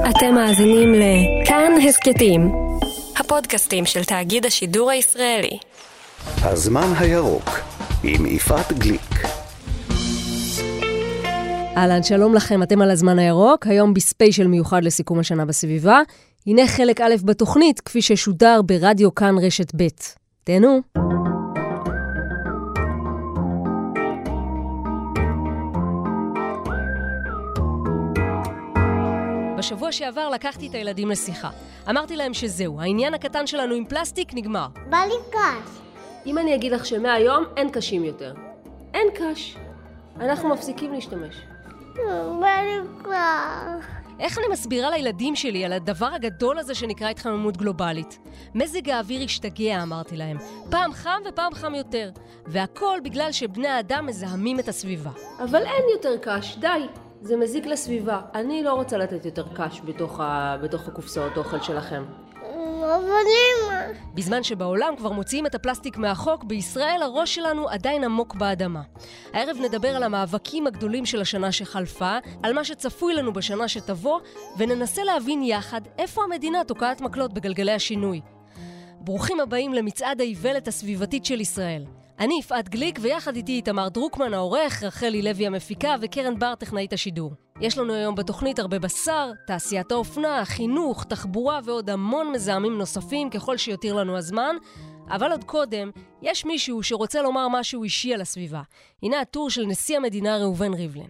אתם מאזינים לכאן הסקטים, הפודקאסטים של תאגיד השידור הישראלי. הזמן הירוק עם יפעת גליק. אהלן, שלום לכם, אתם על הזמן הירוק, היום בספיישל מיוחד לסיכום השנה בסביבה. הנה חלק א' בתוכנית, כפי ששודר ברדיו כאן רשת ב'. תהנו. בשבוע שעבר לקחתי את הילדים לשיחה. אמרתי להם שזהו, העניין הקטן שלנו עם פלסטיק נגמר. בא לי קש. אם אני אגיד לך שמהיום אין קשים יותר. אין קש. אנחנו מפסיקים להשתמש. בא לי קש. איך אני מסבירה לילדים שלי על הדבר הגדול הזה שנקרא התחממות גלובלית? מזג האוויר השתגע, אמרתי להם. פעם חם ופעם חם יותר. והכל בגלל שבני האדם מזהמים את הסביבה. אבל אין יותר קש, די. זה מזיק לסביבה. אני לא רוצה לתת יותר קש בתוך הקופסאות אוכל שלכם. אבל אמא. בזמן שבעולם כבר מוציאים את הפלסטיק מהחוק, בישראל הראש שלנו עדיין עמוק באדמה. הערב נדבר על המאבקים הגדולים של השנה שחלפה, על מה שצפוי לנו בשנה שתבוא, וננסה להבין יחד איפה המדינה תוקעת מקלות בגלגלי השינוי. ברוכים הבאים למצעד האיוולת הסביבתית של ישראל. אני יפעת גליק, ויחד איתי איתמר דרוקמן העורך, רחלי לוי המפיקה וקרן בר טכנאית השידור. יש לנו היום בתוכנית הרבה בשר, תעשיית האופנה, חינוך, תחבורה ועוד המון מזהמים נוספים ככל שיותיר לנו הזמן. אבל עוד קודם, יש מישהו שרוצה לומר משהו אישי על הסביבה. הנה הטור של נשיא המדינה ראובן ריבלין.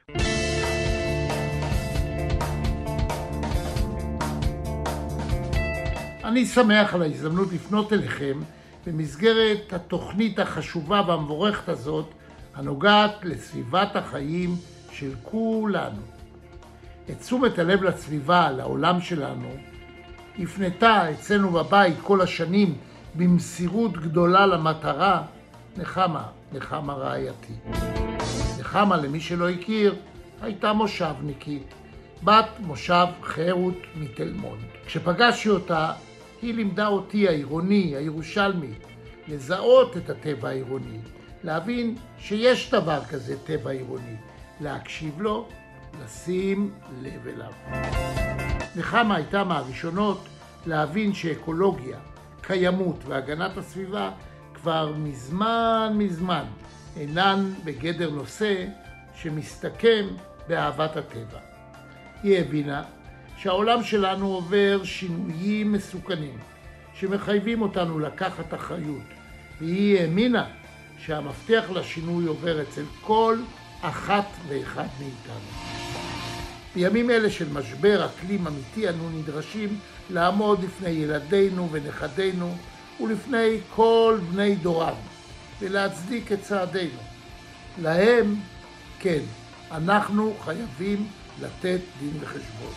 אני שמח על ההזדמנות לפנות אליכם במסגרת התוכנית החשובה והמבורכת הזאת, הנוגעת לסביבת החיים של כולנו. את תשומת הלב לסביבה, לעולם שלנו, הפנתה אצלנו בבית כל השנים במסירות גדולה למטרה, נחמה רעייתי. נחמה, למי שלא הכיר, הייתה מושבניקית, בת מושב חירות מתל מונד. כשפגשתי אותה, היא לימדה אותי העירוני, הירושלמי, לזהות את הטבע העירוני, להבין שיש דבר כזה טבע עירוני, להקשיב לו, לשים לב אליו. נחמה הייתה מהראשונות להבין שאקולוגיה, קיימות והגנת הסביבה כבר מזמן אינן בגדר נושא שמסתכם באהבת הטבע. היא הבינה שהעולם שלנו עובר שינויים מסוכנים שמחייבים אותנו לקחת אחריות, והיא האמינה שהמפתח לשינוי עובר אצל כל אחת ואחד מאיתנו. בימים אלה של משבר אקלים אמיתי אנו נדרשים לעמוד לפני ילדינו ונכדינו ולפני כל בני דורם ולהצדיק את צעדינו. להם, כן, אנחנו חייבים לתת דין וחשבון.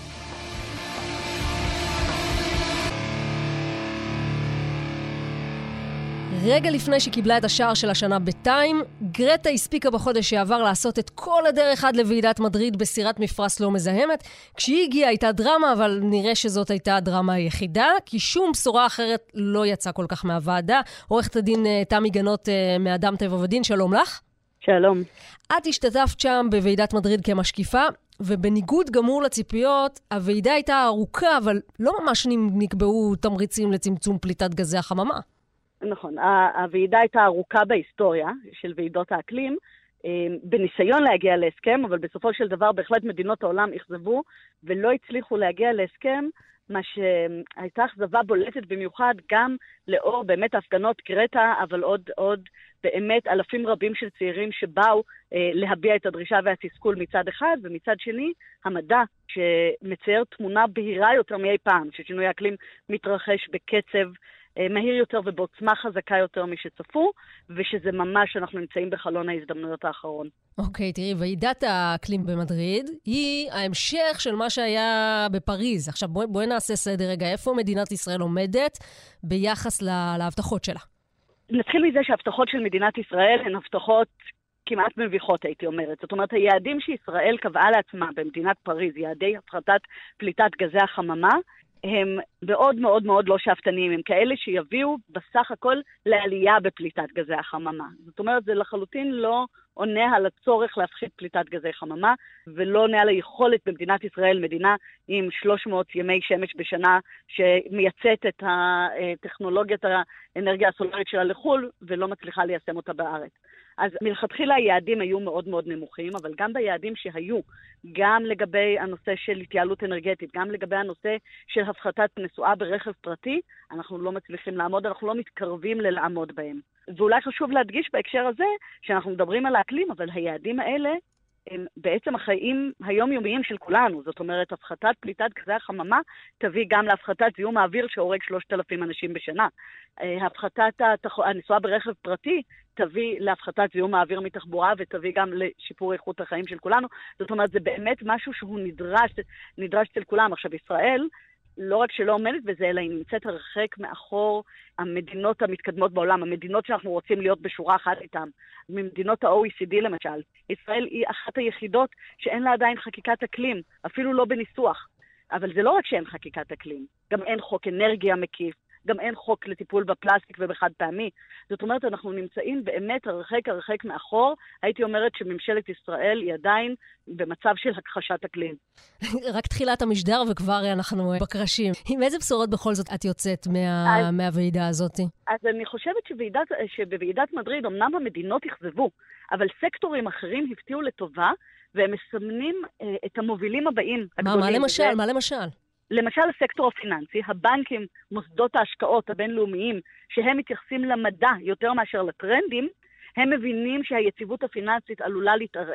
רגע לפני שקיבלה את השער של השנה בטיים, גרטה הספיקה בחודש שעבר לעשות את כל הדרך עד לוועידת מדריד בסירת מפרש לא מזהמת. כשהיא הגיעה הייתה דרמה, אבל נראה שזאת הייתה הדרמה היחידה, כי שום בשורה אחרת לא יצאה כל כך מהוועדה. עורכת הדין תמי גנות מאדם טבע ודין, שלום לך. שלום. את השתתפת שם בוועידת מדריד כמשקיפה, ובניגוד גמור לציפיות, הוועידה הייתה ארוכה, אבל לא ממש נקבעו תמריצים לצמצום פליטת גזי החממה. נכון, הוועידה הייתה ארוכה בהיסטוריה של ועידות האקלים, בניסיון להגיע להסכם, אבל בסופו של דבר בהחלט מדינות העולם אכזבו ולא הצליחו להגיע להסכם, מה שהייתה אכזבה בולטת במיוחד גם לאור באמת הפגנות גרטה, אבל עוד באמת אלפים רבים של צעירים שבאו להביע את הדרישה והתסכול מצד אחד, ומצד שני המדע שמצייר תמונה בהירה יותר מאי פעם, ששינוי האקלים מתרחש בקצב מהיר יותר ובעוצמה חזקה יותר משצפו, ושזה ממש אנחנו נמצאים בחלון ההזדמנויות האחרון. אוקיי, תראי, ועידת האקלים במדריד היא ההמשך של מה שהיה בפריז. עכשיו בואי נעשה סדר רגע, איפה מדינת ישראל עומדת ביחס להבטחות שלה? נתחיל מזה שההבטחות של מדינת ישראל הן הבטחות כמעט מביכות, הייתי אומרת. זאת אומרת, היעדים שישראל קבעה לעצמה במדינת פריז, יעדי הפחתת פליטת גזי החממה, הם מאוד מאוד מאוד לא שאפתניים, הם כאלה שיביאו בסך הכל לעלייה בפליטת גזי החממה. זאת אומרת, זה לחלוטין לא עונה על הצורך להפחית פליטת גזי חממה, ולא עונה על היכולת במדינת ישראל, מדינה עם 300 ימי שמש בשנה, שמייצאת את הטכנולוגיית האנרגיה הסולרית שלה לחול, ולא מצליחה ליישם אותה בארץ. אז מלכתחילה היעדים היו מאוד מאוד נמוכים, אבל גם ביעדים שהיו, גם לגבי הנושא של התייעלות אנרגטית, גם לגבי הנושא של הפחתת נסועה ברכב פרטי, אנחנו לא מצליחים לעמוד, אנחנו לא מתקרבים ללעמוד בהם. ואולי חשוב להדגיש בהקשר הזה, שאנחנו מדברים על האקלים, אבל היעדים האלה הם בעצם החיים היומיומיים של כולנו. זאת אומרת, הפחתת פליטת גזי החממה תביא גם להפחתת זיהום האוויר שהורג 3,000 אנשים בשנה. הפחתת הנסועה ברכב פרטי תביא להפחתת זיהום האוויר מתחבורה ותביא גם לשיפור איכות החיים של כולנו. זאת אומרת, זה באמת משהו שהוא נדרש אצל כולם. עכשיו, ישראל לא רק שלא עומדת בזה, אלא היא נמצאת הרחק מאחור המדינות המתקדמות בעולם, המדינות שאנחנו רוצים להיות בשורה אחת איתן. ממדינות ה-OECD למשל, ישראל היא אחת היחידות שאין לה עדיין חקיקת אקלים, אפילו לא בניסוח. אבל זה לא רק שאין חקיקת אקלים, גם אין חוק אנרגיה מקיף, גם אין חוק לטיפול בפלסטיק ובחד פעמי. זאת אומרת, אנחנו נמצאים באמת הרחק מאחור. הייתי אומרת שממשלת ישראל היא עדיין במצב של הכחשת אקלים. רק תחילת המשדר וכבר אנחנו בקרשים. עם איזה בשורות בכל זאת את יוצאת מהוועידה הזאת? אז אני חושבת שבוועידת מדריד אמנם המדינות יחזבו, אבל סקטורים אחרים הפתיעו לטובה, והם מסמנים את המובילים הבאים. מה למשל? למשל הסקטור הפיננסי, הבנקים, מוסדות ההשקעות הבינלאומיים, שהם מתייחסים למדע יותר מאשר לטרנדים, הם מבינים שהיציבות הפיננסית עלולה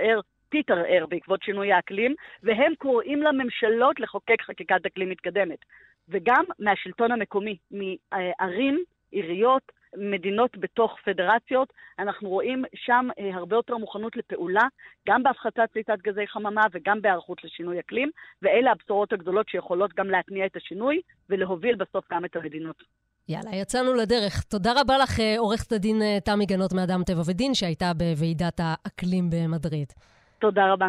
תתערער בעקבות שינוי האקלים, והם קוראים לממשלות לחוקק חקיקת אקלים מתקדמת. וגם מהשלטון המקומי, מערים, עיריות, מדינות בתוך פדרציות, אנחנו רואים שם הרבה יותר מוכנות לפעולה, גם בהפחתת פליטת גזי חממה וגם בהיערכות לשינוי אקלים, ואלה הבשורות הגדולות שיכולות גם להתניע את השינוי ולהוביל בסוף גם את המדינות. יאללה, יצאנו לדרך. תודה רבה לך, עורכת הדין תמי גנות מאדם טבע ודין, שהייתה בוועידת האקלים במדריד. תודה רבה.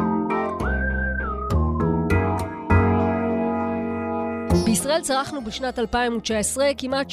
בישראל צרכנו בשנת 2019 כמעט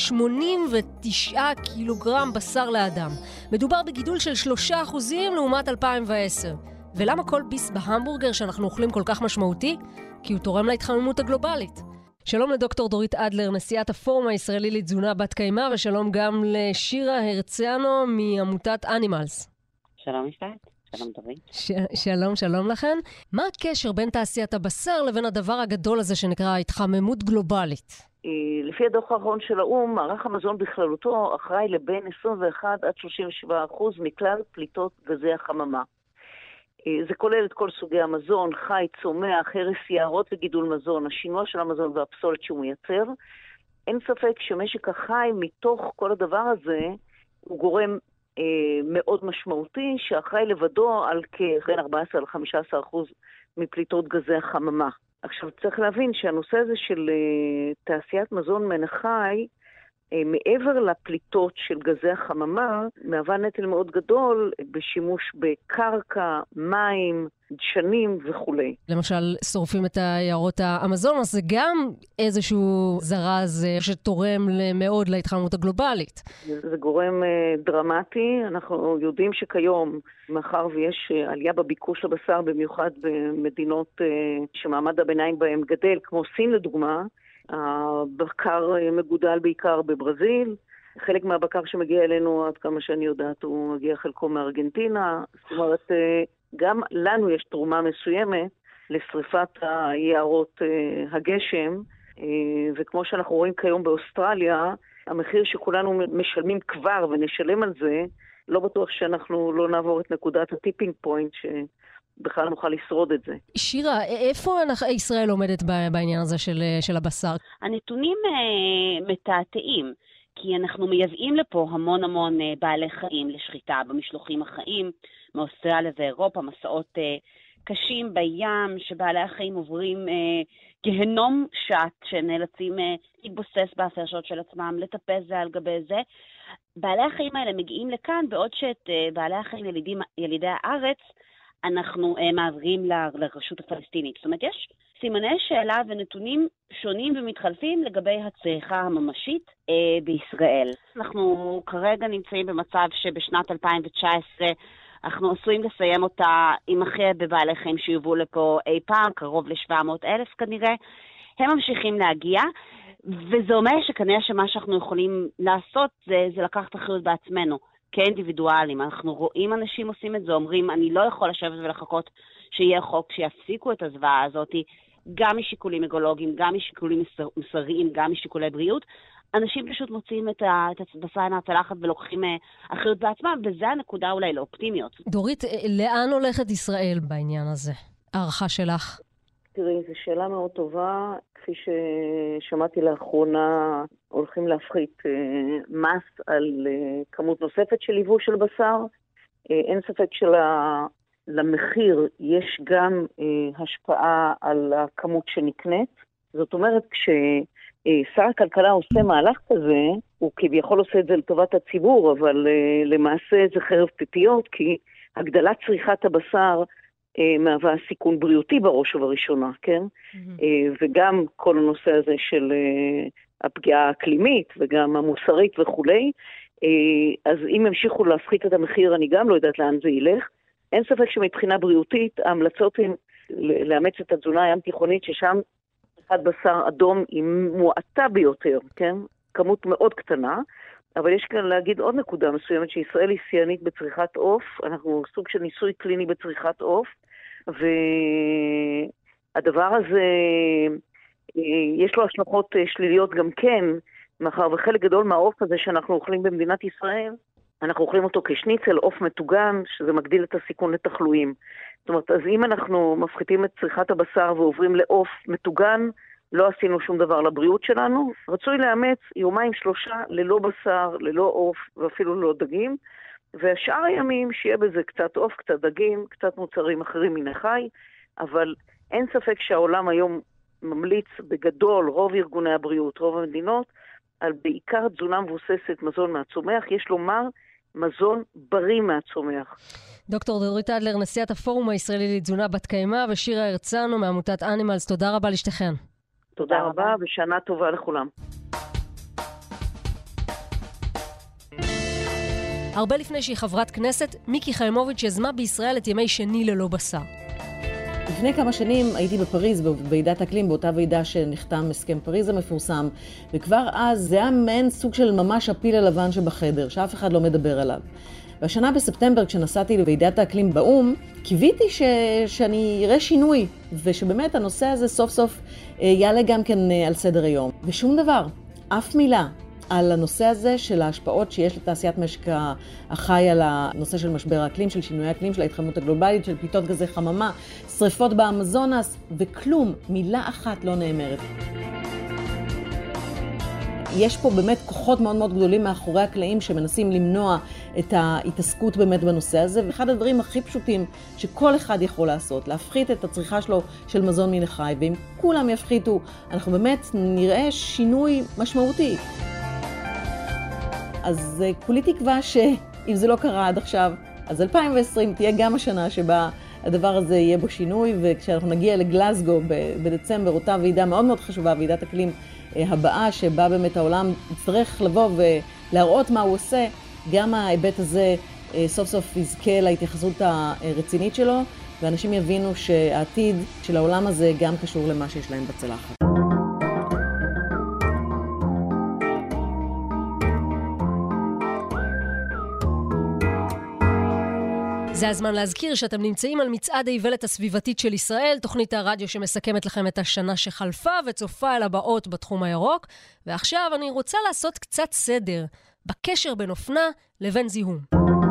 89 קילוגרם בשר לאדם. מדובר בגידול של 3% לעומת 2010. ולמה כל ביס בהמבורגר שאנחנו אוכלים כל כך משמעותי? כי הוא תורם להתחממות הגלובלית. שלום לדוקטור דורית אדלר, נשיאת הפורום הישראלי לתזונה בת קיימא, ושלום גם לשירה הרציאנו מעמותת אנימלס. שלום משפט. שלום דורית. שלום לכן. מה הקשר בין תעשיית הבשר לבין הדבר הגדול הזה שנקרא התחממות גלובלית? לפי הדוח האחרון של האו"ם, מערך המזון בכללותו אחראי לבין 21-37% מכלל פליטות גזי החממה. זה כולל את כל סוגי המזון, חי, צומח, הרס יערות וגידול מזון, השינוע של המזון והפסולת שהוא מייצר. אין ספק שמשק החי מתוך כל הדבר הזה הוא גורם מאוד משמעותי, שאחראי לבדו על כבין 14-15% מפליטות גזי החממה. עכשיו צריך להבין שהנושא הזה של תעשיית מזון מן החי, מעבר לפליטות של גזי החממה, מהווה נטל מאוד גדול בשימוש בקרקע, מים, דשנים וכו'. למשל, שורפים את היערות האמזון, אז זה גם איזשהו זרז שתורם מאוד להתחממות הגלובלית. זה גורם דרמטי. אנחנו יודעים שכיום, מאחר ויש עלייה בביקוש לבשר, במיוחד במדינות שמעמד הביניים בהם גדל, כמו סין לדוגמה, הבקר מגודל בעיקר בברזיל. חלק מהבקר שמגיע אלינו, עד כמה שאני יודעת, הוא מגיע חלקו מארגנטינה. זאת אומרת, גם לנו יש תרומה מסוימת לשריפת היערות הגשם, וכמו שאנחנו רואים כיום באוסטרליה, המחיר שכולנו משלמים כבר ונשלם על זה, לא בטוח שאנחנו לא נעבור את נקודת הטיפינג פוינט בכלל נוכל לשרוד את זה. שירה, איפה ישראל עומדת בעניין הזה של הבשר? הנתונים מתעתעים, כי אנחנו מייבאים לפה המון בעלי חיים לשחיטה במשלוחים החיים, מאוסטרליה ואירופה, מסעות קשים בים, שבעלי החיים עוברים גהנום שט, שנאלצים להתבוסס בהפרשות של עצמם, לטפס זה על גבי זה. בעלי החיים האלה מגיעים לכאן, בעוד שאת בעלי החיים ילידי הארץ, אנחנו מעבירים לרשות הפלסטינית. זאת אומרת, יש סימני שאלה ונתונים שונים ומתחלפים לגבי הצריכה הממשית בישראל. אנחנו כרגע נמצאים במצב שבשנת 2019 אנחנו עשויים לסיים אותה עם הכי בבעלי חיים שיובאו לפה אי פעם, קרוב ל-700,000 כנראה. הם ממשיכים להגיע, וזה אומר שכנראה שמה שאנחנו יכולים לעשות זה לקחת אחריות בעצמנו, כאינדיבידואלים. אנחנו רואים אנשים עושים את זה, אומרים, אני לא יכול לשבת ולחכות שיהיה חוק שיפסיקו את הזוועה הזאת, גם משיקולים אקולוגיים, גם משיקולים מוסריים, גם משיקולי בריאות. אנשים פשוט מוצאים את הבשר מהצלחת ולוקחים אחריות בעצמם, וזה הנקודה אולי לאופטימיות. דורית, לאן הולכת ישראל בעניין הזה? הערכה שלך? תראי, זו שאלה מאוד טובה. כפי ששמעתי לאחרונה, הולכים להפחית מס על כמות נוספת של יבוא של בשר. אין ספק שלמחיר יש גם השפעה על הכמות שנקנית. זאת אומרת, כששר הכלכלה עושה מהלך כזה, הוא כביכול עושה את זה לטובת הציבור, אבל למעשה זה חרב פיפיות, כי הגדלת צריכת הבשר מהווה סיכון בריאותי בראש ובראשונה, כן? וגם כל הנושא הזה של הפגיעה האקלימית וגם המוסרית וכולי. אז אם ימשיכו להפחית את המחיר, אני גם לא יודעת לאן זה ילך. אין ספק שמבחינה בריאותית, ההמלצות הן לאמץ את התזונה הים תיכונית, ששם צריכת בשר אדום היא מועטה ביותר, כן? כמות מאוד קטנה. אבל יש כאן להגיד עוד נקודה מסוימת, שישראל היא שיאנית בצריכת עוף, אנחנו סוג של ניסוי קליני בצריכת עוף, והדבר הזה, יש לו השלכות שליליות גם כן, מאחר וחלק גדול מהעוף הזה שאנחנו אוכלים במדינת ישראל, אנחנו אוכלים אותו כשניצל, עוף מטוגן, שזה מגדיל את הסיכון לתחלואים. זאת אומרת, אז אם אנחנו מפחיתים את צריכת הבשר ועוברים לעוף מטוגן, לא עשינו שום דבר לבריאות שלנו. רצוי לאמץ 2-3 ללא בשר, ללא עוף ואפילו ללא דגים, והשאר הימים שיהיה בזה קצת עוף, קצת דגים, קצת מוצרים אחרים מן החי, אבל אין ספק שהעולם היום ממליץ בגדול, רוב ארגוני הבריאות, רוב המדינות, על בעיקר תזונה מבוססת מזון מהצומח, יש לומר מזון בריא מהצומח. דוקטור דורית אדלר, נשיאת הפורום הישראלי לתזונה בת קיימא, ושירה הרצנו מעמותת אנימלס, תודה רבה לשתיכן. תודה רבה ושנה טובה לכולם. הרבה לפני שהיא חברת כנסת, מיקי חיימוביץ' יזמה בישראל את ימי שני ללא בשר. לפני כמה שנים הייתי בפריז, בוועידת אקלים, באותה ועידה שנחתם הסכם פריז המפורסם, וכבר אז זה היה מעין סוג של ממש הפיל הלבן שבחדר, שאף אחד לא מדבר עליו. והשנה בספטמבר, כשנסעתי לוועידת האקלים באום, קיוויתי שאני אראה שינוי, ושבאמת הנושא הזה סוף סוף יעלה גם כן על סדר היום. ושום דבר, אף מילה על הנושא הזה של ההשפעות שיש לתעשיית משק החי על הנושא של משבר האקלים, של שינוי האקלים, של ההתחממות הגלובלית, של פליטות גזי חממה, שריפות באמזונס, וכלום, מילה אחת לא נאמרת. יש פה באמת כוחות מאוד מאוד גדולים מאחורי הקלעים שמנסים למנוע את ההתעסקות באמת בנושא הזה, ואחד הדברים הכי פשוטים שכל אחד יכול לעשות, להפחית את הצריכה שלו של מזון מן החי, ואם כולם יפחיתו, אנחנו באמת נראה שינוי משמעותי. אז כולי תקווה שאם זה לא קרה עד עכשיו, אז 2020 תהיה גם השנה שבה הדבר הזה יהיה בו שינוי, וכשאנחנו נגיע לגלסגו בדצמבר, אותה ועידה מאוד מאוד חשובה, ועידת אקלים הבאה, שבה באמת העולם יצטרך לבוא ולהראות מה הוא עושה, גם ההיבט הזה סוף סוף יזכה להתייחסות הרצינית שלו, ואנשים יבינו שהעתיד של העולם הזה גם קשור למה שיש להם בצלחת. זה הזמן להזכיר שאתם נמצאים על מצעד האיוולת הסביבתית של ישראל, תוכנית הרדיו שמסכמת לכם את השנה שחלפה וצופה אל הבאות בתחום הירוק. ועכשיו אני רוצה לעשות קצת סדר בקשר בין אופנה לבין זיהום.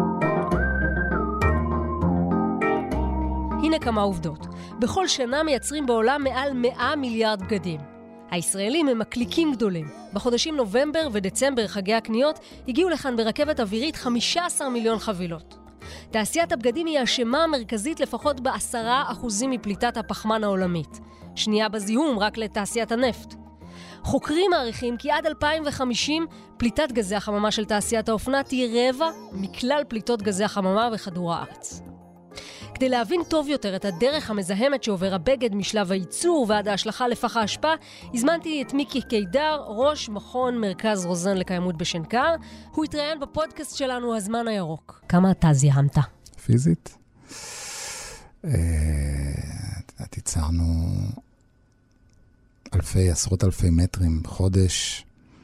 הנה כמה עובדות. בכל שנה מייצרים בעולם מעל 100 מיליארד בגדים. הישראלים הם מקליקים גדולים. בחודשים נובמבר ודצמבר, חגי הקניות, הגיעו לכאן ברכבת אווירית 15 מיליון חבילות. תעשיית הבגדים היא האשמה המרכזית לפחות ב10% מפליטת הפחמן העולמית. שנייה בזיהום רק לתעשיית הנפט. חוקרים מעריכים כי עד 2050 פליטת גזי החממה של תעשיית האופנה תהיה רבע מכלל פליטות גזי החממה בכדור הארץ. כדי להבין טוב יותר את הדרך המזהמת שעובר הבגד משלב הייצור ועד ההשלכה לפח האשפה, הזמנתי את מיקי קידר, ראש מכון מרכז רוזן לקיימות בשנקר. הוא התראיין בפודקאסט שלנו, הזמן הירוק. כמה אתה זיהמת? פיזית? תיצרנו עשרות אלפי מטרים בחודש.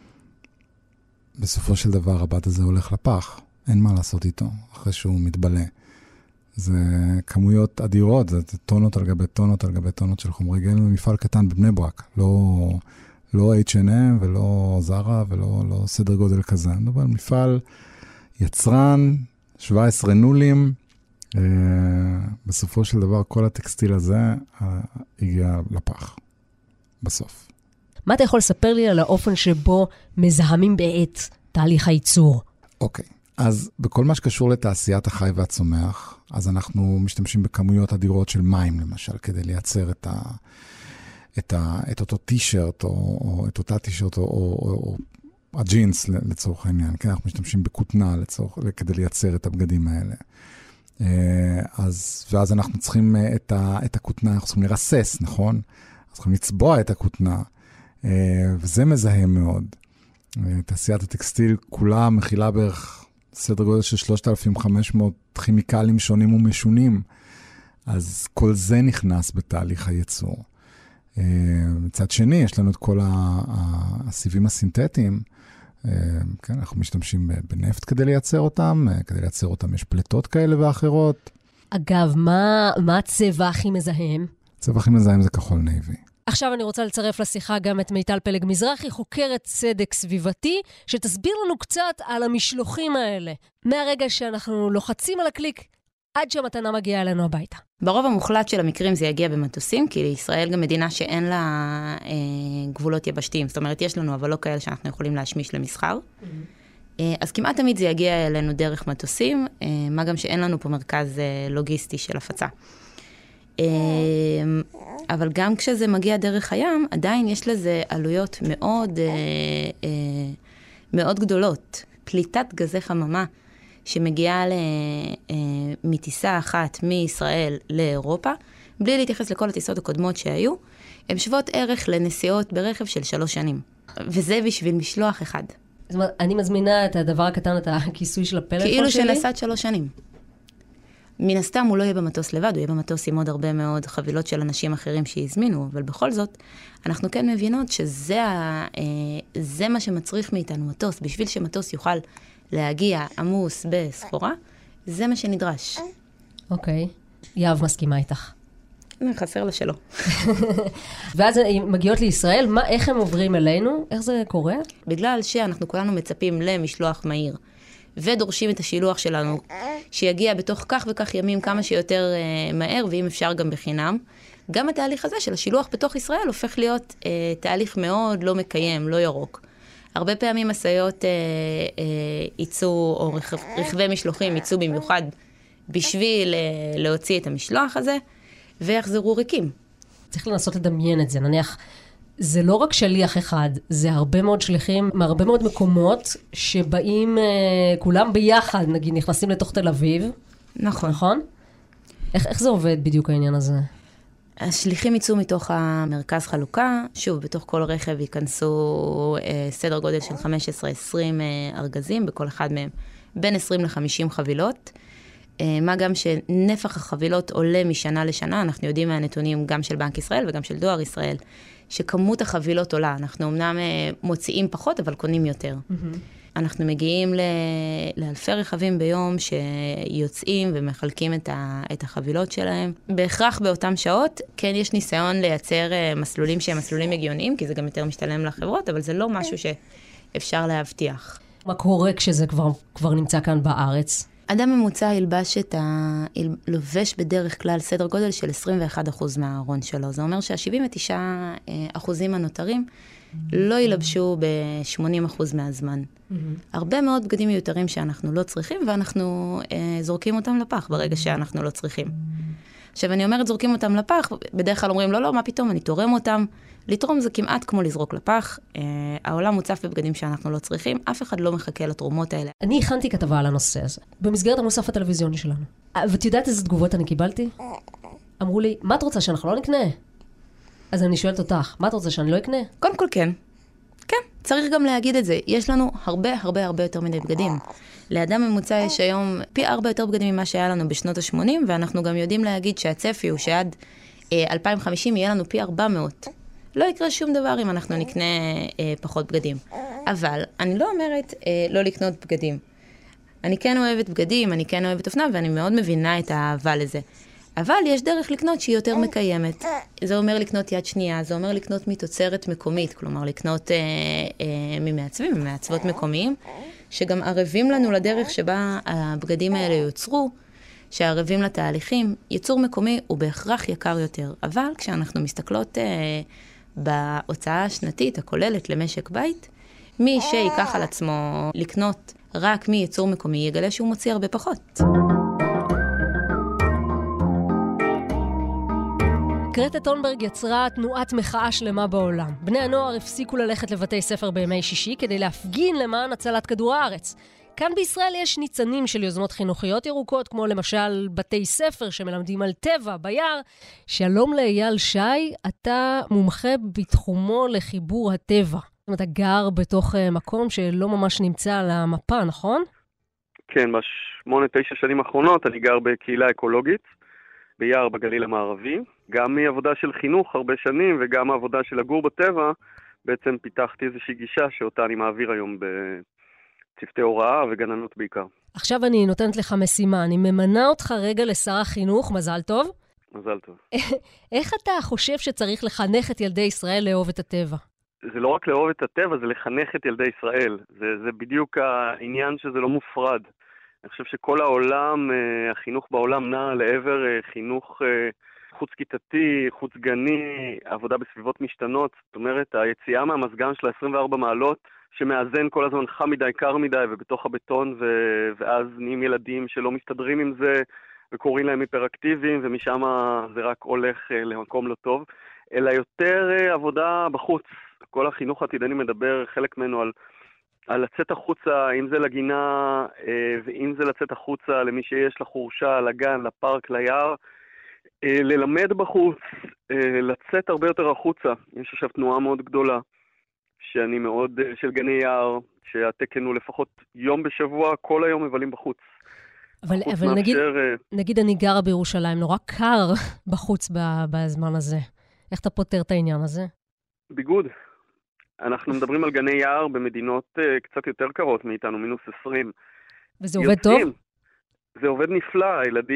בסופו של דבר הבד הזה הולך לפח. אין מה לעשות איתו, אחרי שהוא מתבלה. זה כמויות אדירות, זה טונות על גבי טונות על גבי טונות של חומרי גלם, מפעל קטן בבני ברק, לא H&M ולא זרה ולא סדר גודל כזה. אבל מפעל יצרן, 17 נולים, בסופו של דבר כל הטקסטיל הזה הגיע לפח, בסוף. מה אתה יכול לספר לי על האופן שבו מזהמים בעת תהליך הייצור? אוקיי. אז בכל מה שקשור לתעשיית החי והצומח, אז אנחנו משתמשים בכמויות אדירות של מים, למשל, כדי לייצר את אותו טישרט, או את אותה טישרט, או הג'ינס לצורך העניין. כן, אנחנו משתמשים בכותנה כדי לייצר את הבגדים האלה. ואז אנחנו צריכים את הכותנה, אנחנו צריכים לרסס, נכון? אנחנו צריכים לצבוע את הכותנה, וזה מזהם מאוד. תעשיית הטקסטיל כולה מכילה בערך סדר גודל של 3,500 כימיקלים שונים ומשונים. אז כל זה נכנס בתהליך הייצור. מצד שני, יש לנו את כל הסיבים הסינתטיים. כן, אנחנו משתמשים בנפט כדי לייצר אותם. כדי לייצר אותם יש פלטות כאלה ואחרות. אגב, מה הצבע הכי מזהם? הצבע הכי מזהם זה כחול נייבי. עכשיו אני רוצה לצרף לשיחה גם את מיטל פלג מזרחי, חוקרת צדק סביבתי, שתסביר לנו קצת על המשלוחים האלה. מהרגע שאנחנו לוחצים על הקליק, עד שהמתנה מגיעה אלינו הביתה. ברוב המוחלט של המקרים זה יגיע במטוסים, כי לישראל גם מדינה שאין לה גבולות יבשתיים. זאת אומרת, יש לנו אבל לא כאלה שאנחנו יכולים להשמיש למסחר. אז כמעט תמיד זה יגיע אלינו דרך מטוסים, מה גם שאין לנו פה מרכז לוגיסטי של הפצה. אבל גם כשזה מגיע דרך הים, עדיין יש לזה עלויות מאוד, מאוד גדולות. פליטת גזי חממה שמגיעה מטיסה אחת מישראל לאירופה, בלי להתייחס לכל הטיסות הקודמות שהיו, הן שוות ערך לנסיעות ברכב של 3 שנים. וזה בשביל משלוח אחד. זאת אומרת, אני מזמינה את הדבר הקטן, את הכיסוי של הפלאפון שלי? כאילו שנסעת 3 שנים. מן הסתם הוא לא יהיה במטוס לבד, הוא יהיה במטוס עם עוד הרבה מאוד חבילות של אנשים אחרים שהזמינו, אבל בכל זאת, אנחנו כן מבינות שזה מה שמצריך מאיתנו מטוס, בשביל שמטוס יוכל להגיע עמוס בסחורה, זה מה שנדרש. אוקיי. יאב מסכימה איתך. חסר לה שלא. ואז מגיעות לישראל, איך הם עוברים אלינו? איך זה קורה? בגלל שאנחנו כולנו מצפים למשלוח מהיר, ודורשים את השילוח שלנו, שיגיע בתוך כך וכך ימים כמה שיותר מהר, ואם אפשר גם בחינם. גם התהליך הזה של השילוח בתוך ישראל הופך להיות תהליך מאוד לא מקיים, לא ירוק. הרבה פעמים מסעיות ייצאו, או רכבי משלוחים ייצאו במיוחד בשביל להוציא את המשלוח הזה, ויחזרו ריקים. צריך לנסות לדמיין את זה, נניח, זה לא רק שליח אחד, זה הרבה מאוד שליחים מהרבה מאוד מקומות שבאים כולם ביחד, נגיד, נכנסים לתוך תל אביב. נכון. נכון? איך זה עובד בדיוק העניין הזה? השליחים יצאו מתוך המרכז חלוקה, שוב, בתוך כל רכב ייכנסו סדר גודל של 15-20 ארגזים, בכל אחד מהם בין 20 ל-50 חבילות. מה גם שנפח החבילות עולה משנה לשנה, אנחנו יודעים מהנתונים גם של בנק ישראל וגם של דואר ישראל, שכמות החבילות עולה. אנחנו אמנם מוציאים פחות, אבל קונים יותר. אנחנו מגיעים לאלפי רכבים ביום שיוצאים ומחלקים את החבילות שלהם. בהכרח באותם שעות, כן יש ניסיון לייצר מסלולים שהם מסלולים הגיוניים, כי זה גם יותר משתלם לחברות, אבל זה לא משהו שאפשר להבטיח. מה קורה כשזה כבר נמצא כאן בארץ? אדם ממוצע לובש בדרך כלל סדר גודל של 21% מהארון שלו. זה אומר שה-79% הנותרים לא ילבשו ב-80% מהזמן. הרבה מאוד בגדים מיותרים שאנחנו לא צריכים, ואנחנו זורקים אותם לפח ברגע שאנחנו לא צריכים. עכשיו, אני אומרת, זורקים אותם לפח, בדרך כלל אומרים, לא, מה פתאום, אני תורם אותם. לתרום זה כמעט כמו לזרוק לפח. העולם מוצף בבגדים שאנחנו לא צריכים, אף אחד לא מחכה לתרומות האלה. אני הכנתי כתבה על הנושא הזה, במסגרת המוסף הטלוויזיוני שלנו. ואת יודעת איזה תגובות אני קיבלתי? אמרו לי, מה את רוצה, שאנחנו לא נקנה? אז אני שואלת אותך, מה את רוצה, שאני לא אקנה? קודם כל כן. כן, צריך גם להגיד את זה. יש לנו הרבה יותר מדי בגדים. לאדם ממוצע יש היום פי 4 יותר בגדים ממה שהיה לנו בשנות ה-80, ואנחנו גם יודעים להגיד שהצפי הוא שעד 2050 יהיה לנו פי 400. לא יקרה שום דבר אם אנחנו נקנה פחות בגדים. אבל אני לא אומרת לא לקנות בגדים. אני כן אוהבת בגדים, אני כן אוהבת אופנה, ואני מאוד מבינה את האהבה לזה. אבל יש דרך לקנות שהיא יותר מקיימת. זה אומר לקנות יד שנייה, זה אומר לקנות מתוצרת מקומית, כלומר לקנות ממעצבים, ממעצבות מקומיים, שגם ערבים לנו לדרך שבה הבגדים האלה יוצרו, שערבים לתהליכים. ייצור מקומי הוא בהכרח יקר יותר, אבל כשאנחנו מסתכלות בהוצאה השנתית הכוללת למשק בית, מי שיקח על עצמו לקנות רק מייצור מקומי יגלה שהוא מוציא הרבה פחות. גרטה טונברג יצרה תנועת מחאה שלמה בעולם. בני הנוער הפסיקו ללכת לבתי ספר בימי שישי כדי להפגין למען הצלת כדור הארץ. כאן בישראל יש ניצנים של יוזמות חינוכיות ירוקות, כמו למשל בתי ספר שמלמדים על טבע, ביער. שלום לאייל שי, אתה מומחה בתחומו לחיבור הטבע. אתה גר בתוך מקום שלא ממש נמצא על המפה, נכון? כן, ב8-9 שנים האחרונות אני גר בקהילה אקולוגית, ביער בגליל המערבי. גם מעבודה של חינוך הרבה שנים וגם העבודה של לגור בטבע, בעצם פיתחתי איזושהי גישה שאותה אני מעביר היום בצוותי הוראה וגננות בעיקר. עכשיו אני נותנת לך משימה, אני ממנה אותך רגע לשר החינוך, מזל טוב. מזל טוב. איך אתה חושב שצריך לחנך את ילדי ישראל לאהוב את הטבע? זה לא רק לאהוב את הטבע, זה לחנך את ילדי ישראל. זה בדיוק העניין שזה לא מופרד. אני חושב שכל העולם, החינוך בעולם נע לעבר חינוך חוץ כיתתי, חוץ גני, עבודה בסביבות משתנות. זאת אומרת, היציאה מהמזגן של 24 מעלות, שמאזן כל הזמן חם מדי, קר מדי, ובתוך הבטון, ואז נהיים ילדים שלא מסתדרים עם זה, וקוראים להם היפראקטיביים, ומשם זה רק הולך למקום לא טוב, אלא יותר עבודה בחוץ. כל החינוך העתידני מדבר, חלק ממנו על לצאת החוצה, אם זה לגינה, ואם זה לצאת החוצה למי שיש לחורשה, לגן, לפארק, ליער, ללמד בחוץ, לצאת הרבה יותר החוצה. יש עכשיו תנועה מאוד גדולה, שאני מאוד, של גני יער, שהתקן הוא לפחות יום בשבוע, כל היום מבלים בחוץ. אבל נגיד אני גרה בירושלים, נורא קר בחוץ בזמן הזה. איך אתה פותר את העניין הזה? ביגוד. אנחנו מדברים על גני יער במדינות קצת יותר קרות מאיתנו, מינוס 20. וזה עובד טוב? זה עובד נפלא.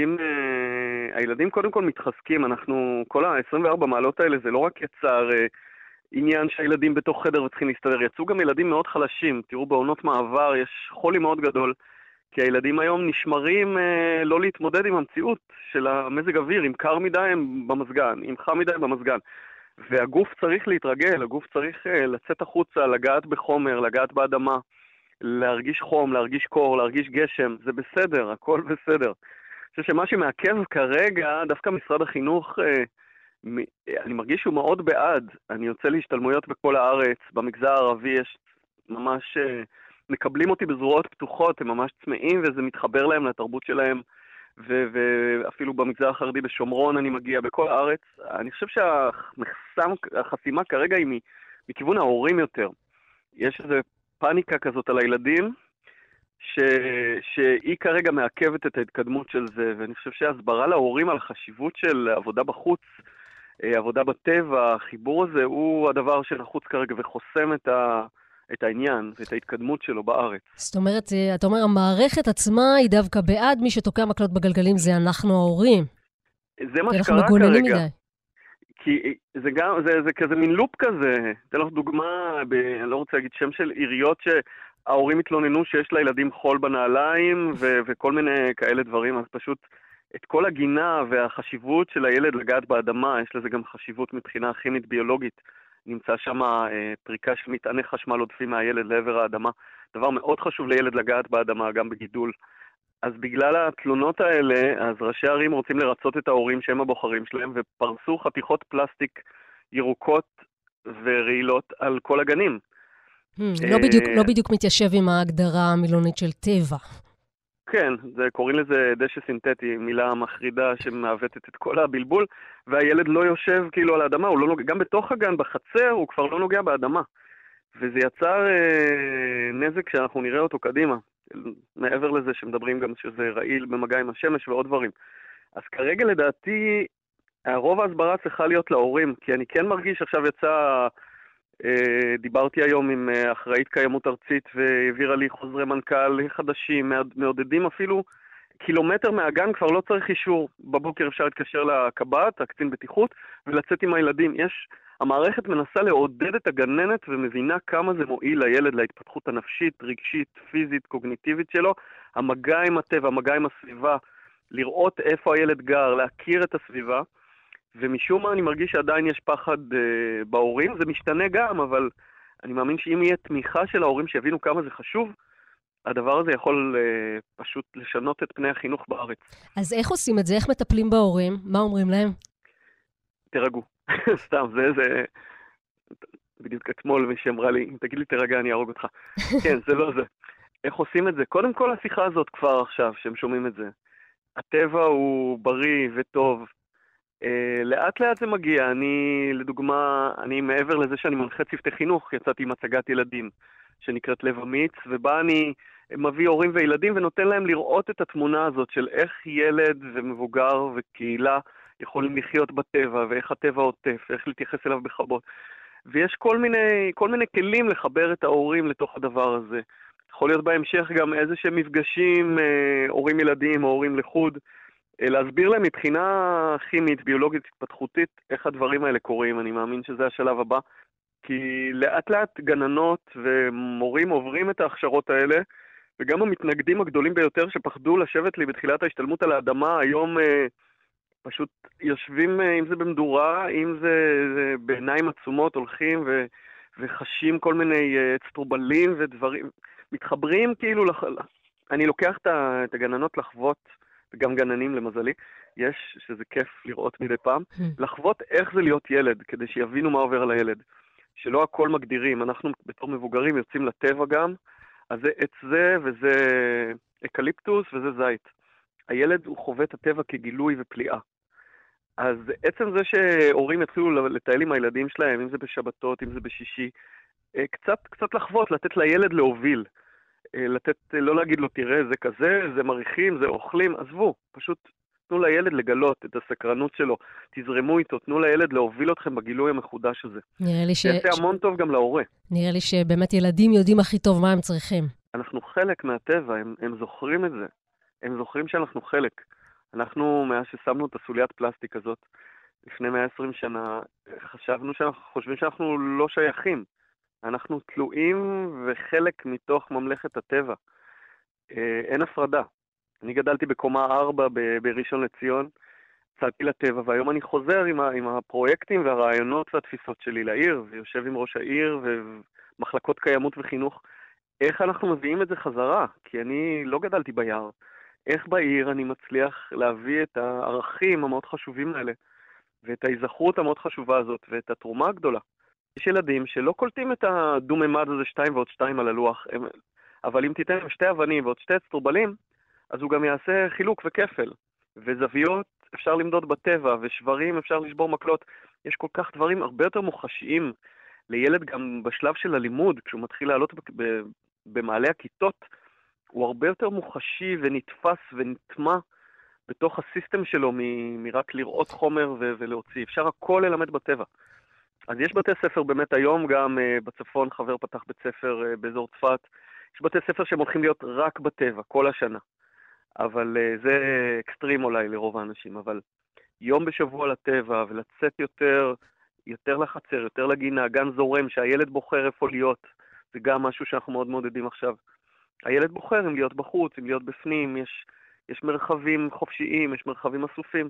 הילדים קודם כל מתחזקים. כל ה-24 מעלות האלה זה לא רק יצר עניין שהילדים בתוך חדר וצריכים להסתדר. יצאו גם ילדים מאוד חלשים. תראו, בעונות מעבר יש חולי מאוד גדול. כי הילדים היום נשמרים לא להתמודד עם המציאות של המזג אוויר. אם קר מדי הם במזגן, אם חם מדי במזגן. והגוף צריך להתרגל, הגוף צריך לצאת החוצה, לגעת בחומר, לגעת באדמה, להרגיש חום, להרגיש קור, להרגיש גשם, זה בסדר, הכל בסדר. אני חושב שמה שמעכב כרגע, דווקא משרד החינוך, אני מרגיש שהוא מאוד בעד. אני יוצא להשתלמויות בכל הארץ, במגזר הערבי יש ממש, מקבלים אותי בזרועות פתוחות, הם ממש צמאים וזה מתחבר להם לתרבות שלהם. ואפילו במגזר החרדי בשומרון אני מגיע בכל הארץ. אני חושב שהחסימה כרגע היא מכיוון ההורים יותר. יש איזו פאניקה כזאת על הילדים, שהיא כרגע מעכבת את ההתקדמות של זה, ואני חושב שהסברה להורים על החשיבות של עבודה בחוץ, עבודה בטבע, החיבור הזה הוא הדבר שנחוץ כרגע וחוסם את העניין ואת ההתקדמות שלו בארץ. זאת אומרת, אתה אומר, המערכת עצמה היא דווקא בעד, מי שתוקע מקלות בגלגלים זה אנחנו ההורים. זה מה שקרה כרגע. כי זה כזה מין לופ כזה. אתן לך דוגמה, אני לא רוצה להגיד שם של עיריות שההורים התלוננו שיש לילדים חול בנעליים וכל מיני כאלה דברים, אז פשוט את כל הגינה והחשיבות של הילד לגעת באדמה, יש לזה גם חשיבות מבחינה כימית ביולוגית. נמצא שם פריקה של מטעני חשמל עודפים מהילד לעבר האדמה. דבר מאוד חשוב לילד לגעת באדמה, גם בגידול. אז בגלל התלונות האלה, אז ראשי ערים רוצים לרצות את ההורים שהם הבוחרים שלהם, ופרסו חתיכות פלסטיק ירוקות ורעילות על כל הגנים. לא בדיוק מתיישב עם ההגדרה המילונית של טבע. כן, קוראים לזה דשא סינתטי, מילה מחרידה שמעוותת את כל הבלבול, והילד לא יושב כאילו על האדמה, הוא לא נוגע, גם בתוך הגן, בחצר, הוא כבר לא נוגע באדמה. וזה יצר נזק שאנחנו נראה אותו קדימה. מעבר לזה שמדברים גם שזה רעיל במגע עם השמש ועוד דברים. אז כרגע לדעתי, רוב ההסברה צריכה להיות להורים, כי אני כן מרגיש, עכשיו דיברתי היום עם אחראית קיימות ארצית והעבירה לי חוזרי מנכ"ל חדשים, מעודדים אפילו קילומטר מהגן, כבר לא צריך אישור. בבוקר אפשר להתקשר לקב"ט, הקצין בטיחות, ולצאת עם הילדים. המערכת מנסה לעודד את הגננת ומבינה כמה זה מועיל לילד, להתפתחות הנפשית, רגשית, פיזית, קוגניטיבית שלו, המגע עם הטבע, המגע עם הסביבה, לראות איפה הילד גר, להכיר את הסביבה, ומשום מה אני מרגיש שעדיין יש פחד בהורים, זה משתנה גם, אבל אני מאמין שאם יהיה תמיכה של ההורים שיבינו כמה זה חשוב, הדבר הזה יכול פשוט לשנות את פני החינוך בארץ. אז איך עושים את זה? איך מטפלים בהורים? מה אומרים להם? תרגעו. סתם, זה בדיוק אתמול מישהי אמרה לי, אם תגיד לי תרגע אני ארוג אותך. כן, זה לא זה. איך עושים את זה? קודם כל השיחה הזאת כבר עכשיו, שהם שומעים את זה. הטבע הוא בריא וטוב. לאט לאט זה מגיע. לדוגמה, אני מעבר לזה שאני מנחה צוותי חינוך, יצאתי עם הצגת ילדים, שנקראת לב אמיץ, ובה אני מביא הורים וילדים ונותן להם לראות את התמונה הזאת של איך ילד ומבוגר וקהילה יכולים לחיות בטבע, ואיך הטבע עוטף, ואיך להתייחס אליו בכבוד. ויש כל מיני כלים לחבר את ההורים לתוך הדבר הזה. יכול להיות בהמשך גם איזה שהם מפגשים, הורים ילדים או הורים לחוד, להסביר להם מבחינה כימית, ביולוגית, התפתחותית, איך הדברים האלה קורים. אני מאמין שזה השלב הבא. כי לאט לאט גננות ומורים עוברים את ההכשרות האלה, וגם המתנגדים הגדולים ביותר שפחדו לשבת לי בתחילת ההשתלמות על האדמה, היום פשוט יושבים, אם זה במדורה, אם זה בעיניים עצומות, הולכים וחשים כל מיני צטרובלים ודברים, מתחברים כאילו, אני לוקח את הגננות לחוות, וגם גננים למזלי, שזה כיף לראות מדי פעם, לחוות איך זה להיות ילד, כדי שיבינו מה עובר על הילד. שלא הכל מגדירים, אנחנו בתור מבוגרים יוצאים לטבע גם, אז זה עץ זה וזה אקליפטוס וזה זית. הילד הוא חווה את הטבע כגילוי ופליאה. אז עצם זה שהורים יתחילו לטייל עם הילדים שלהם, אם זה בשבתות, אם זה בשישי, קצת לחוות, לתת לילד להוביל. לא להגיד לו, תראה, זה כזה, זה מריחים, זה אוכלים, עזבו, פשוט תנו לילד לגלות את הסקרנות שלו, תזרמו איתו, תנו לילד להוביל אתכם בגילוי המחודש הזה. זה יעשה המון טוב גם להורה. נראה לי שבאמת ילדים יודעים הכי טוב מה הם צריכים. אנחנו חלק מהטבע, הם זוכרים את זה. הם זוכרים שאנחנו חלק. אנחנו, מאז ששמנו את הסוליית פלסטיק הזאת, לפני 120 שנה, חושבים שאנחנו לא שייכים. אנחנו תלויים וחלק מתוך ממלכת הטבע. אין הפרדה. אני גדלתי בקומה 4 בראשון לציון, צעתי לטבע, והיום אני חוזר עם הפרויקטים והרעיונות והתפיסות שלי לעיר, ויושב עם ראש העיר ומחלקות קיימות וחינוך. איך אנחנו מביאים את זה חזרה? כי אני לא גדלתי ביער. איך בעיר אני מצליח להביא את הערכים המאוד חשובים האלה, ואת ההיזכרות המאוד חשובה הזאת, ואת התרומה הגדולה. יש ילדים שלא קולטים את הדו-ממד הזה 2 ועוד 2 על הלוח, אבל אם תיתן להם 2 אבנים ועוד 2 צטרובלים, אז הוא גם יעשה חילוק וכפל. וזוויות אפשר למדוד בטבע, ושברים אפשר לשבור מקלות. יש כל כך דברים הרבה יותר מוחשיים לילד גם בשלב של הלימוד, כשהוא מתחיל לעלות במעלה הכיתות, הוא הרבה יותר מוחשי ונתפס ונטמע בתוך הסיסטם שלו מרק לראות חומר ולהוציא. אפשר הכל ללמד בטבע. אז יש בתי ספר באמת היום, גם בצפון חבר פתח בית ספר באזור צפת, יש בתי ספר שהם הולכים להיות רק בטבע כל השנה. אבל זה אקסטרים אולי לרוב האנשים, אבל יום בשבוע לטבע ולצאת יותר לחצר, יותר לגינה, גן זורם שהילד בוחר איפה להיות, זה גם משהו שאנחנו מאוד מעודדים עכשיו. הילד בוחר אם להיות בחוץ, אם להיות בפנים, יש מרחבים חופשיים, יש מרחבים אסופים.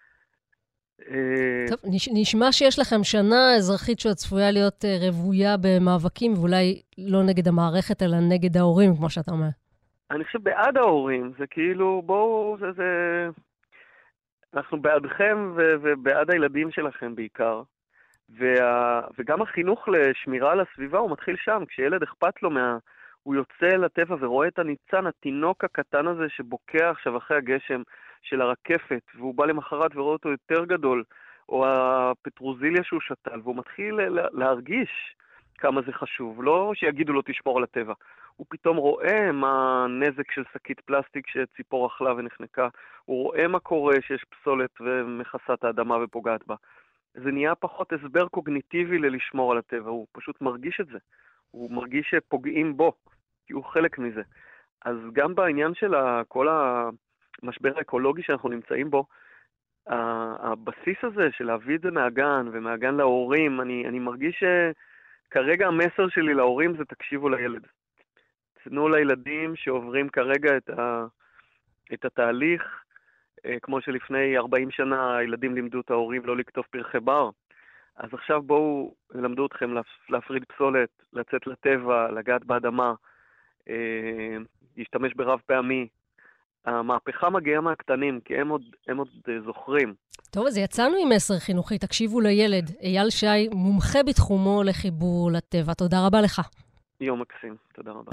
טוב, נשמע שיש לכם שנה אזרחית שצפויה להיות רבויה במאבקים, ואולי לא נגד המערכת, אלא נגד ההורים, כמו שאתה אומר. אני חושב בעד ההורים, זה כאילו, בואו, אנחנו בעדכם ובעד הילדים שלכם בעיקר. וגם החינוך לשמירה על הסביבה הוא מתחיל שם, כשילד אכפת לו הוא יוצא לטבע ורואה את הניצן, התינוק הקטן הזה שבוקע עכשיו אחרי הגשם של הרקפת, והוא בא למחרת ורואה אותו יותר גדול, או הפטרוזיליה שהוא שתל, והוא מתחיל להרגיש כמה זה חשוב, לא שיגידו לו תשמור על הטבע. הוא פתאום רואה מה הנזק של שקית פלסטיק שציפור אכלה ונחנקה, הוא רואה מה קורה שיש פסולת ומכסה את האדמה ופוגעת בה. זה נהיה פחות הסבר קוגניטיבי ללשמור על הטבע, הוא פשוט מרגיש את זה. הוא מרגיש שפוגעים בו, כי הוא חלק מזה. אז גם בעניין של כל המשבר האקולוגי שאנחנו נמצאים בו, הבסיס הזה של להביא את זה מהגן ומהגן להורים, אני מרגיש שכרגע המסר שלי להורים זה תקשיבו לילד. תנו לילדים שעוברים כרגע את התהליך, כמו שלפני 40 שנה הילדים לימדו את ההורים לא לקטוף פרחי בר. אז עכשיו בואו למדו אתכם להפריד פסולת, לצאת לטבע, לגעת באדמה, להשתמש ברב פעמי. המהפכה מגיעה מהקטנים, כי הם עוד זוכרים. טוב, אז יצאנו עם מסר חינוכי, תקשיבו לילד. אייל שי, מומחה בתחומו לחיבור לטבע. תודה רבה לך. יום מקסים, תודה רבה.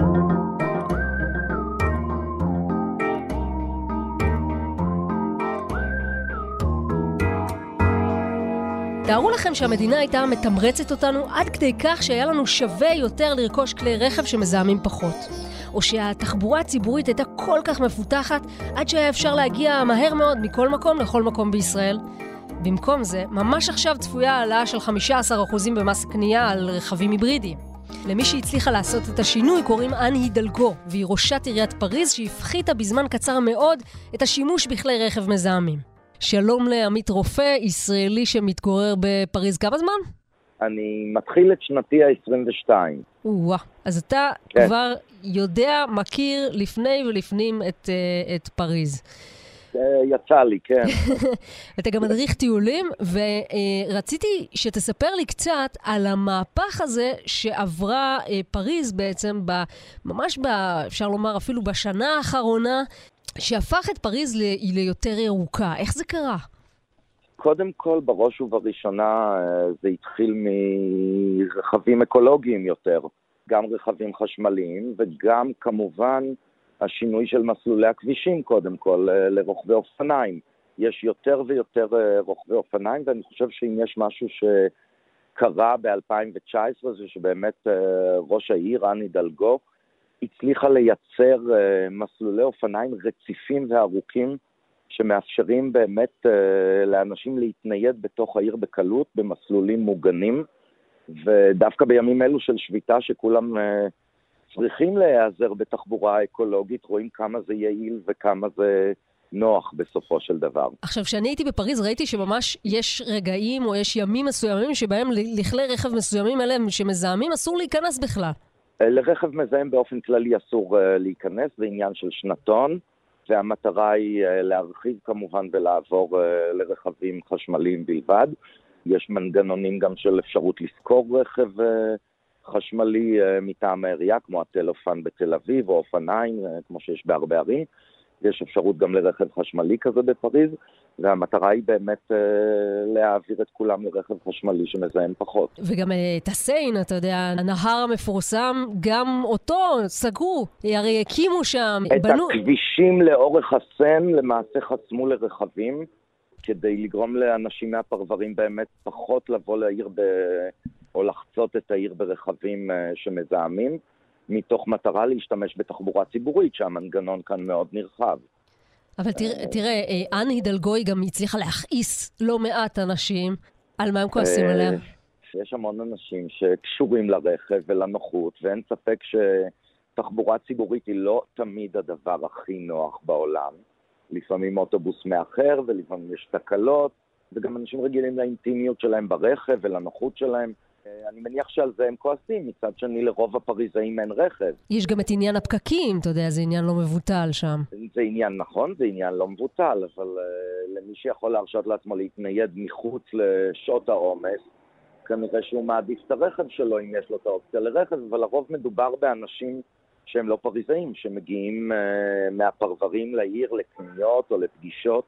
תארו לכם שהמדינה הייתה מתמרצת אותנו עד כדי כך שהיה לנו שווה יותר לרכוש כלי רכב שמזהמים פחות. או שהתחבורה הציבורית הייתה כל כך מפותחת עד שהיה אפשר להגיע מהר מאוד מכל מקום לכל מקום בישראל. במקום זה, ממש עכשיו צפויה העלאה של 15% במס קנייה על רכבים היברידיים. למי שהצליחה לעשות את השינוי קוראים אן הידלגו, והיא ראשת עיריית פריז שהפחיתה בזמן קצר מאוד את השימוש בכלי רכב מזהמים. שלום לעמית רופא, ישראלי שמתגורר בפריז. כמה זמן? אני מתחיל את שנתי ה-22. אז אתה כבר יודע, מכיר לפני ולפנים את פריז. יצא לי, כן. אתה גם מדריך טיולים, ורציתי שתספר לי קצת על המהפך הזה שעברה פריז בעצם, ממש אפשר לומר אפילו בשנה האחרונה, שהפך את פריז ליותר ירוקה. איך זה קרה? קודם כל, בראש ובראשונה, זה התחיל מרכבים אקולוגיים יותר, גם רכבים חשמליים, וגם כמובן השינוי של מסלולי הכבישים קודם כל לרוכבי אופניים. יש יותר ויותר רוכבי אופניים, ואני חושב שאם יש משהו שקרה ב-2019, זה שבאמת ראש העיר, אן הידלגו, הצליחה לייצר מסלולי אופניים רציפים וארוכים, שמאפשרים באמת לאנשים להתנייד בתוך העיר בקלות, במסלולים מוגנים, ודווקא בימים אלו של שביתה שכולם צריכים להיעזר בתחבורה האקולוגית, רואים כמה זה יעיל וכמה זה נוח בסופו של דבר. עכשיו, כשאני הייתי בפריז ראיתי שממש יש רגעים או יש ימים מסוימים שבהם לכלי רכב מסוימים אלה שמזהמים אסור להיכנס בכלל. לרכב מזהם באופן כללי אסור להיכנס, זה עניין של שנתון, והמטרה היא להרחיב כמובן ולעבור לרכבים חשמליים בלבד. יש מנגנונים גם של אפשרות לשכור רכב חשמלי מטעם העירייה, כמו הטלופן בתל אביב, או אופניים, כמו שיש בהרבה ערים. יש אפשרות גם לרכב חשמלי כזה בפריז, והמטרה היא באמת להעביר את כולם לרכב חשמלי שמזהם פחות. וגם את הסיין, אתה יודע, הנהר המפורסם, גם אותו סגרו, הרי הקימו שם, בנו. את הכבישים לאורך הסיין למעשה חסמו לרכבים, כדי לגרום לאנשים מהפרברים באמת פחות לבוא לעיר או לחצות את העיר ברכבים שמזהמים, מתוך מטרה להשתמש בתחבורה ציבורית, שהמנגנון כאן מאוד נרחב. אבל תראה, אן הידלגו גם הצליחה להכעיס לא מעט אנשים. על מה הם כועסים עליה? יש המון אנשים שקשורים לרכב ולנוחות, ואין ספק שתחבורה ציבורית היא לא תמיד הדבר הכי נוח בעולם. לפעמים אוטובוס מאחר, ולפעמים יש תקלות, וגם אנשים רגילים לאינטימיות שלהם ברכב ולנוחות שלהם. אני מניח שעל זה הם כועסים, מצד שני לרוב הפריזאים אין רכב. יש גם את עניין הפקקים, אתה יודע, זה עניין לא מבוטל שם. זה עניין נכון, זה עניין לא מבוטל, אבל למי שיכול להרשות לעצמו להתנייד מחוץ לשעות העומס, כנראה שהוא מעדיף את הרכב שלו אם יש לו את האופציה לרכב, אבל לרוב מדובר באנשים שהם לא פריזאים, שמגיעים מהפרברים לעיר לקניות או לפגישות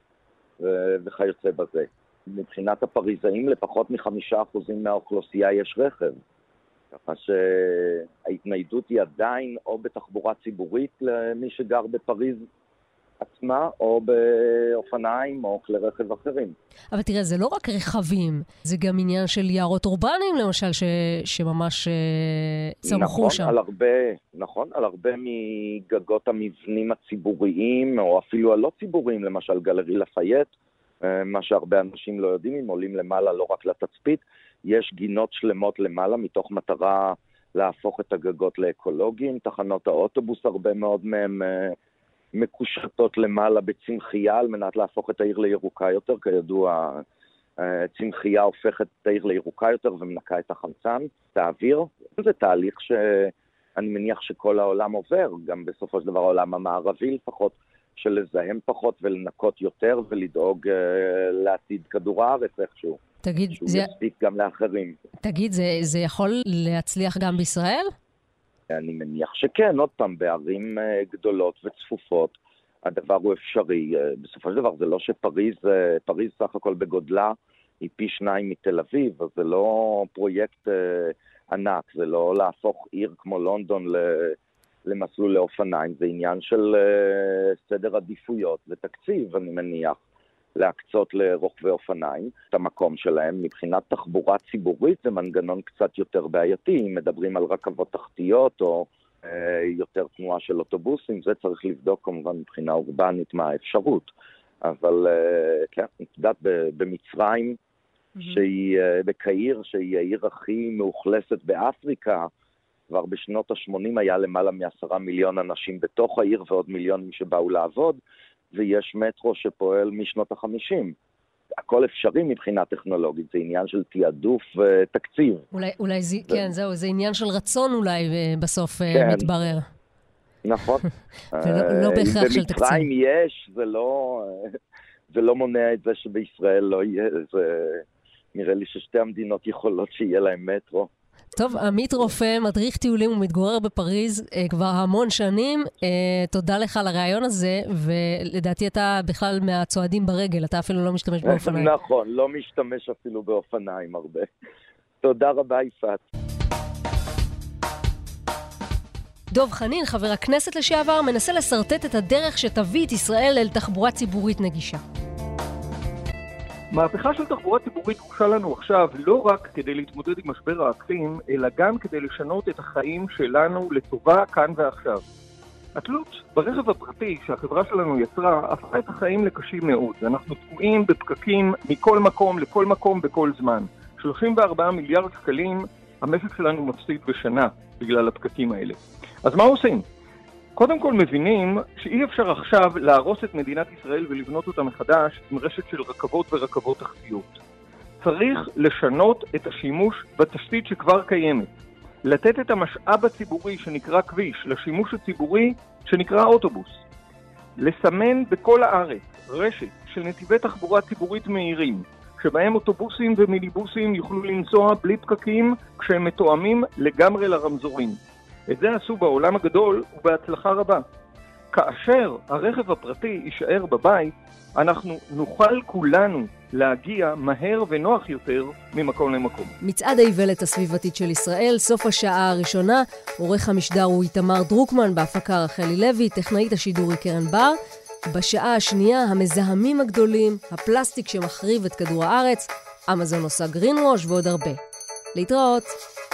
וכיוצא בזה. מבחינת הפריזאים, לפחות מ5% מהאוכלוסייה יש רכב. ככה שההתניידות היא עדיין או בתחבורה ציבורית למי שגר בפריז עצמה, או באופניים או כלי רכב אחרים. אבל תראה, זה לא רק רכבים, זה גם עניין של יערות אורבניים, למשל, שממש צמחו שם. נכון, על הרבה מגגות המבנים הציבוריים, או אפילו הלא ציבוריים, למשל גלרי לפייט, מה שהרבה אנשים לא יודעים, אם עולים למעלה לא רק לתצפית, יש גינות שלמות למעלה, מתוך מטרה להפוך את הגגות לאקולוגיים. תחנות האוטובוס, הרבה מאוד מהם מקושטות למעלה בצמחייה, על מנת להפוך את העיר לירוקה יותר. כידוע, צמחייה הופכת את העיר לירוקה יותר ומנקה את החמצן, את האוויר. זה תהליך שאני מניח שכל העולם עובר, גם בסופו של דבר העולם המערבי לפחות, של לזהם פחות ולנקות יותר ולדאוג לעתיד כדור הארץ איכשהו. תגיד, שהוא יספיק גם לאחרים. תגיד, זה יכול להצליח גם בישראל? אני מניח שכן, עוד פעם, בערים גדולות וצפופות, הדבר הוא אפשרי. בסופו של דבר זה לא שפריז, פריז סך הכל בגודלה היא פי 2 מתל אביב, אז זה לא פרויקט ענק, זה לא להפוך עיר כמו לונדון למסלול לאופניים, זה עניין של סדר עדיפויות ותקציב, אני מניח, להקצות לרוכבי אופניים את המקום שלהם. מבחינת תחבורה ציבורית זה מנגנון קצת יותר בעייתי, אם מדברים על רכבות תחתיות או יותר תנועה של אוטובוסים, זה צריך לבדוק כמובן מבחינה אורבנית מה האפשרות. אבל כן, נצדת במצרים, שהיא בקהיר, שהיא העיר הכי מאוכלסת באפריקה, כבר בשנות ה-80 היה למעלה מ10 מיליון אנשים בתוך העיר ועוד מיליונים שבאו לעבוד, ויש מטרו שפועל משנות ה-50. הכל אפשרי מבחינה טכנולוגית, זה עניין של תיעדוף ותקציב. אולי כן, זהו, זה עניין של רצון אולי בסוף מתברר. נכון. ולא בהכרח של תקציב. במצרים יש, זה לא מונע את זה שבישראל לא יהיה, נראה לי ששתי המדינות יכולות שיהיה להם מטרו. טוב, עמית רופא, מדריך טיולים ומתגורר בפריז כבר המון שנים. תודה לך על הרעיון הזה, ולדעתי אתה בכלל מהצועדים ברגל, אתה אפילו לא משתמש באופניים. נכון, לא משתמש אפילו באופניים הרבה. תודה רבה, יפעת. דוב חנין, חבר הכנסת לשעבר, מנסה לסרטט את הדרך שתביא את ישראל אל תחבורה ציבורית נגישה. מהפכה של תחבורה ציבורית הוגשה לנו עכשיו לא רק כדי להתמודד עם משבר האקלים, אלא גם כדי לשנות את החיים שלנו לטובה כאן ועכשיו. התלות ברכב הפרטי שהחברה שלנו יצרה הפכה את החיים לקשים מאוד. אנחנו תקועים בפקקים מכל מקום לכל מקום בכל זמן. 34 מיליארד שקלים המשק שלנו מפסיד בשנה בגלל הפקקים האלה. אז מה עושים? קודם כל מבינים שאי אפשר עכשיו להרוס את מדינת ישראל ולבנות אותה מחדש עם רשת של רכבות ורכבות תחתיות. צריך לשנות את השימוש בתשתית שכבר קיימת. לתת את המשאב הציבורי שנקרא כביש לשימוש הציבורי שנקרא אוטובוס. לסמן בכל הארץ רשת של נתיבי תחבורה ציבורית מהירים, שבהם אוטובוסים ומיניבוסים יוכלו לנסוע בלי פקקים כשהם מתואמים לגמרי לרמזורים. את זה עשו בעולם הגדול ובהצלחה רבה. כאשר הרכב הפרטי יישאר בבית, אנחנו נוכל כולנו להגיע מהר ונוח יותר ממקום למקום. מצעד האיוולת הסביבתית של ישראל, סוף השעה הראשונה, עורך המשדר הוא איתמר דרוקמן, בהפקה רחלי לוי, טכנאית השידור היא קרן בר. בשעה השנייה, המזהמים הגדולים, הפלסטיק שמחריב את כדור הארץ, אמזון עושה גרינווש ועוד הרבה. להתראות.